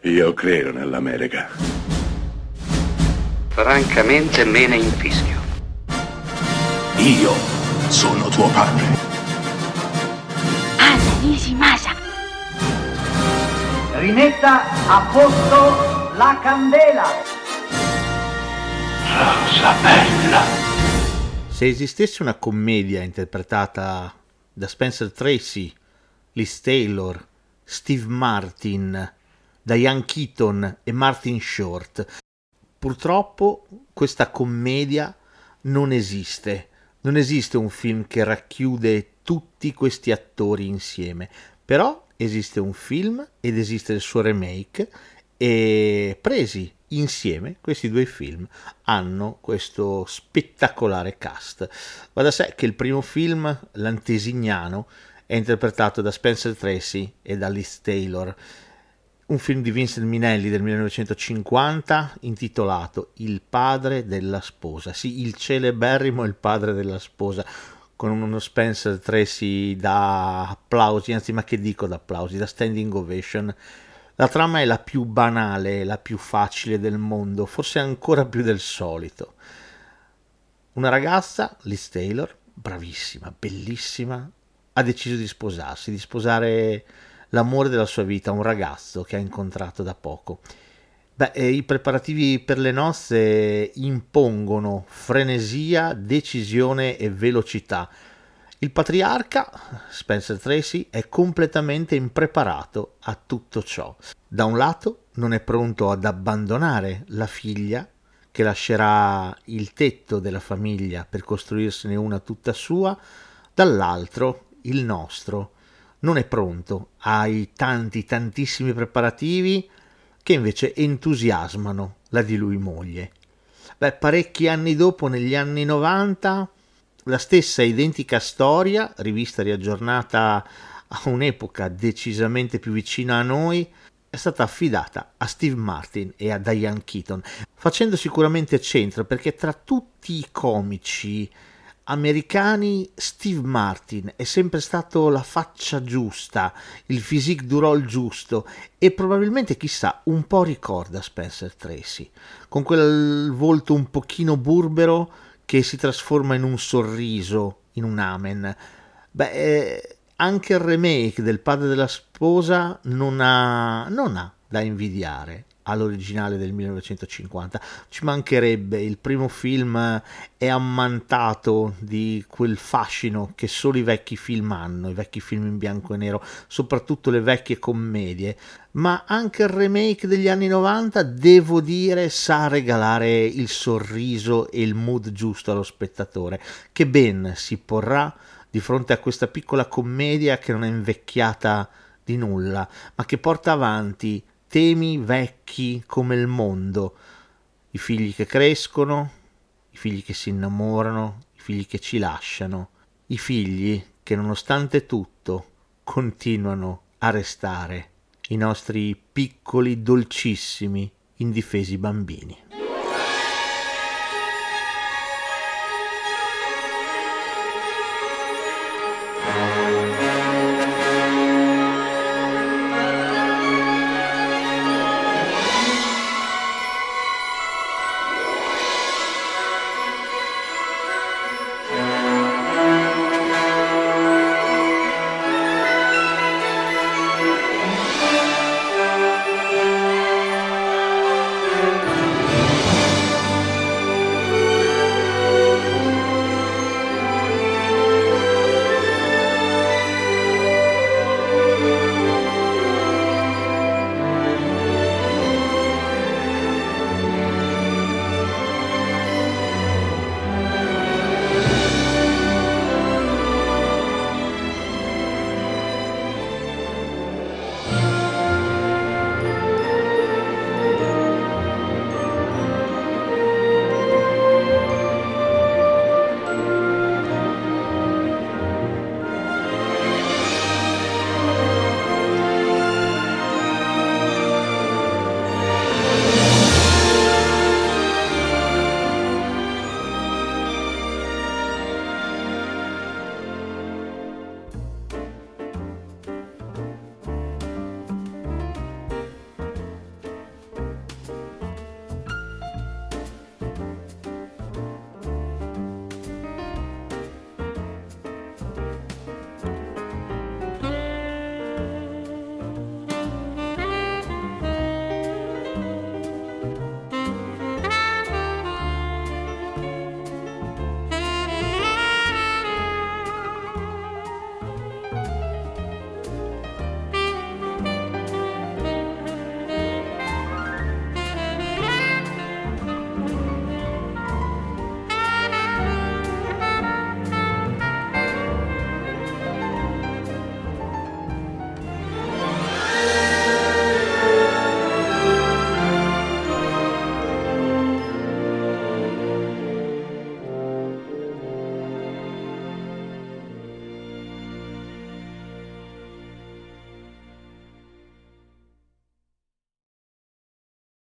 Io credo nell'America. Francamente me ne infischio. Io sono tuo padre. Anna Nishimasa. Rimetta a posto la candela. Rosa bella. Se esistesse una commedia interpretata da Spencer Tracy, Liz Taylor, Steve Martin, Diane Keaton e Martin Short, purtroppo questa commedia non esiste. Non esiste un film che racchiude tutti questi attori insieme, però esiste un film ed esiste il suo remake e presi insieme questi due film hanno questo spettacolare cast. Va da sé che il primo film, L'Antesignano, è interpretato da Spencer Tracy e da Liz Taylor, un film di Vincent Minnelli del 1950 intitolato Il padre della sposa, sì, il celeberrimo Il padre della sposa, con uno Spencer Tracy da applausi, anzi ma che dico da applausi, da standing ovation. La trama è la più banale, la più facile del mondo, forse ancora più del solito. Una ragazza, Liz Taylor, bravissima, bellissima, ha deciso di sposarsi, di sposare l'amore della sua vita, un ragazzo che ha incontrato da poco. I preparativi per le nozze impongono frenesia, decisione e velocità. Il patriarca, Spencer Tracy, è completamente impreparato a tutto ciò. Da un lato non è pronto ad abbandonare la figlia, che lascerà il tetto della famiglia per costruirsene una tutta sua, dall'altro il nostro non è pronto ai tantissimi preparativi che invece entusiasmano la di lui moglie. Parecchi anni dopo, negli anni 90, la stessa identica storia, rivista e riaggiornata a un'epoca decisamente più vicina a noi, è stata affidata a Steve Martin e a Diane Keaton, facendo sicuramente centro, perché tra tutti i comici americani Steve Martin è sempre stato la faccia giusta, il physique du rôle giusto e probabilmente, chissà, un po' ricorda Spencer Tracy, con quel volto un pochino burbero che si trasforma in un sorriso, in un amen. Anche il remake del padre della sposa non ha da invidiare all'originale del 1950, ci mancherebbe. Il primo film è ammantato di quel fascino che solo i vecchi film hanno, i vecchi film in bianco e nero, soprattutto le vecchie commedie, ma anche il remake degli anni 90, devo dire, sa regalare il sorriso e il mood giusto allo spettatore, che ben si porrà di fronte a questa piccola commedia che non è invecchiata di nulla, ma che porta avanti temi vecchi come il mondo, i figli che crescono, i figli che si innamorano, i figli che ci lasciano, i figli che nonostante tutto continuano a restare i nostri piccoli, dolcissimi, indifesi bambini.